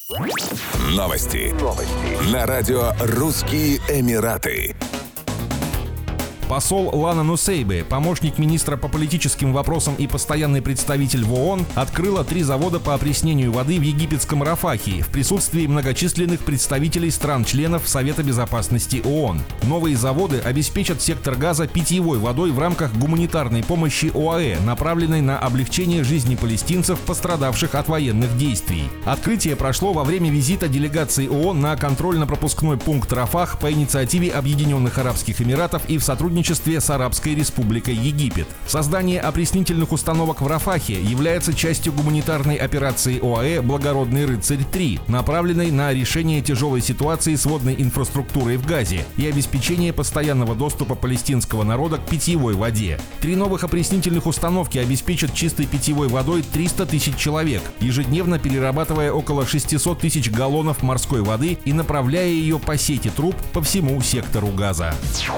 Новости. На радио «Русские Эмираты». Посол Лана Нусейбе, помощник министра по политическим вопросам и постоянный представитель в ООН, открыла 3 завода по опреснению воды в египетском Рафахе в присутствии многочисленных представителей стран-членов Совета Безопасности ООН. Новые заводы обеспечат сектор Газа питьевой водой в рамках гуманитарной помощи ОАЭ, направленной на облегчение жизни палестинцев, пострадавших от военных действий. Открытие прошло во время визита делегации ООН на контрольно-пропускной пункт Рафах по инициативе Объединенных Арабских Эмиратов и в сотрудничестве с Арабской Республикой Египет. Создание опреснительных установок в Рафахе является частью гуманитарной операции ОАЭ «Благородный рыцарь-3», направленной на решение тяжелой ситуации с водной инфраструктурой в Газе и обеспечение постоянного доступа палестинского народа к питьевой воде. 3 новых опреснительных установки обеспечат чистой питьевой водой 300 тысяч человек, ежедневно перерабатывая около 600 тысяч галлонов морской воды и направляя ее по сети труб по всему сектору Газа.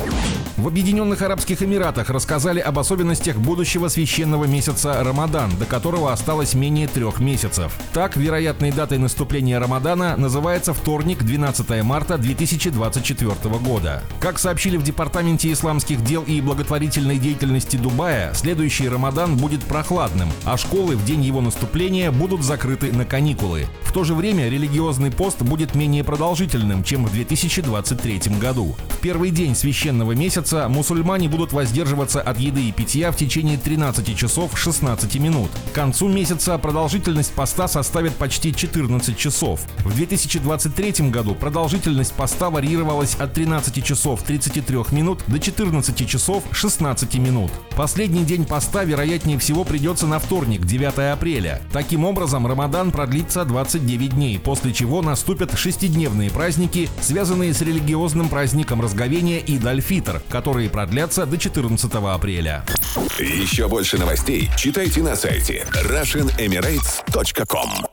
В Объединенных Арабских Эмиратах рассказали об особенностях будущего священного месяца Рамадан, до которого осталось менее 3 месяцев. Так, вероятной датой наступления Рамадана называется вторник, 12 марта 2024 года. Как сообщили в Департаменте исламских дел и благотворительной деятельности Дубая, следующий Рамадан будет прохладным, а школы в день его наступления будут закрыты на каникулы. В то же время религиозный пост будет менее продолжительным, чем в 2023 году. В первый день священного месяца мусульмане будут воздерживаться от еды и питья в течение 13 часов 16 минут. К концу месяца продолжительность поста составит почти 14 часов. В 2023 году продолжительность поста варьировалась от 13 часов 33 минут до 14 часов 16 минут. Последний день поста, вероятнее всего, придется на вторник, 9 апреля. Таким образом, Рамадан продлится 29 дней, после чего наступят 6-дневные праздники, связанные с религиозным праздником Разговения Ид аль-Фитр, которые продлятся до 14 апреля. Еще больше новостей читайте на сайте RussianEmirates.com.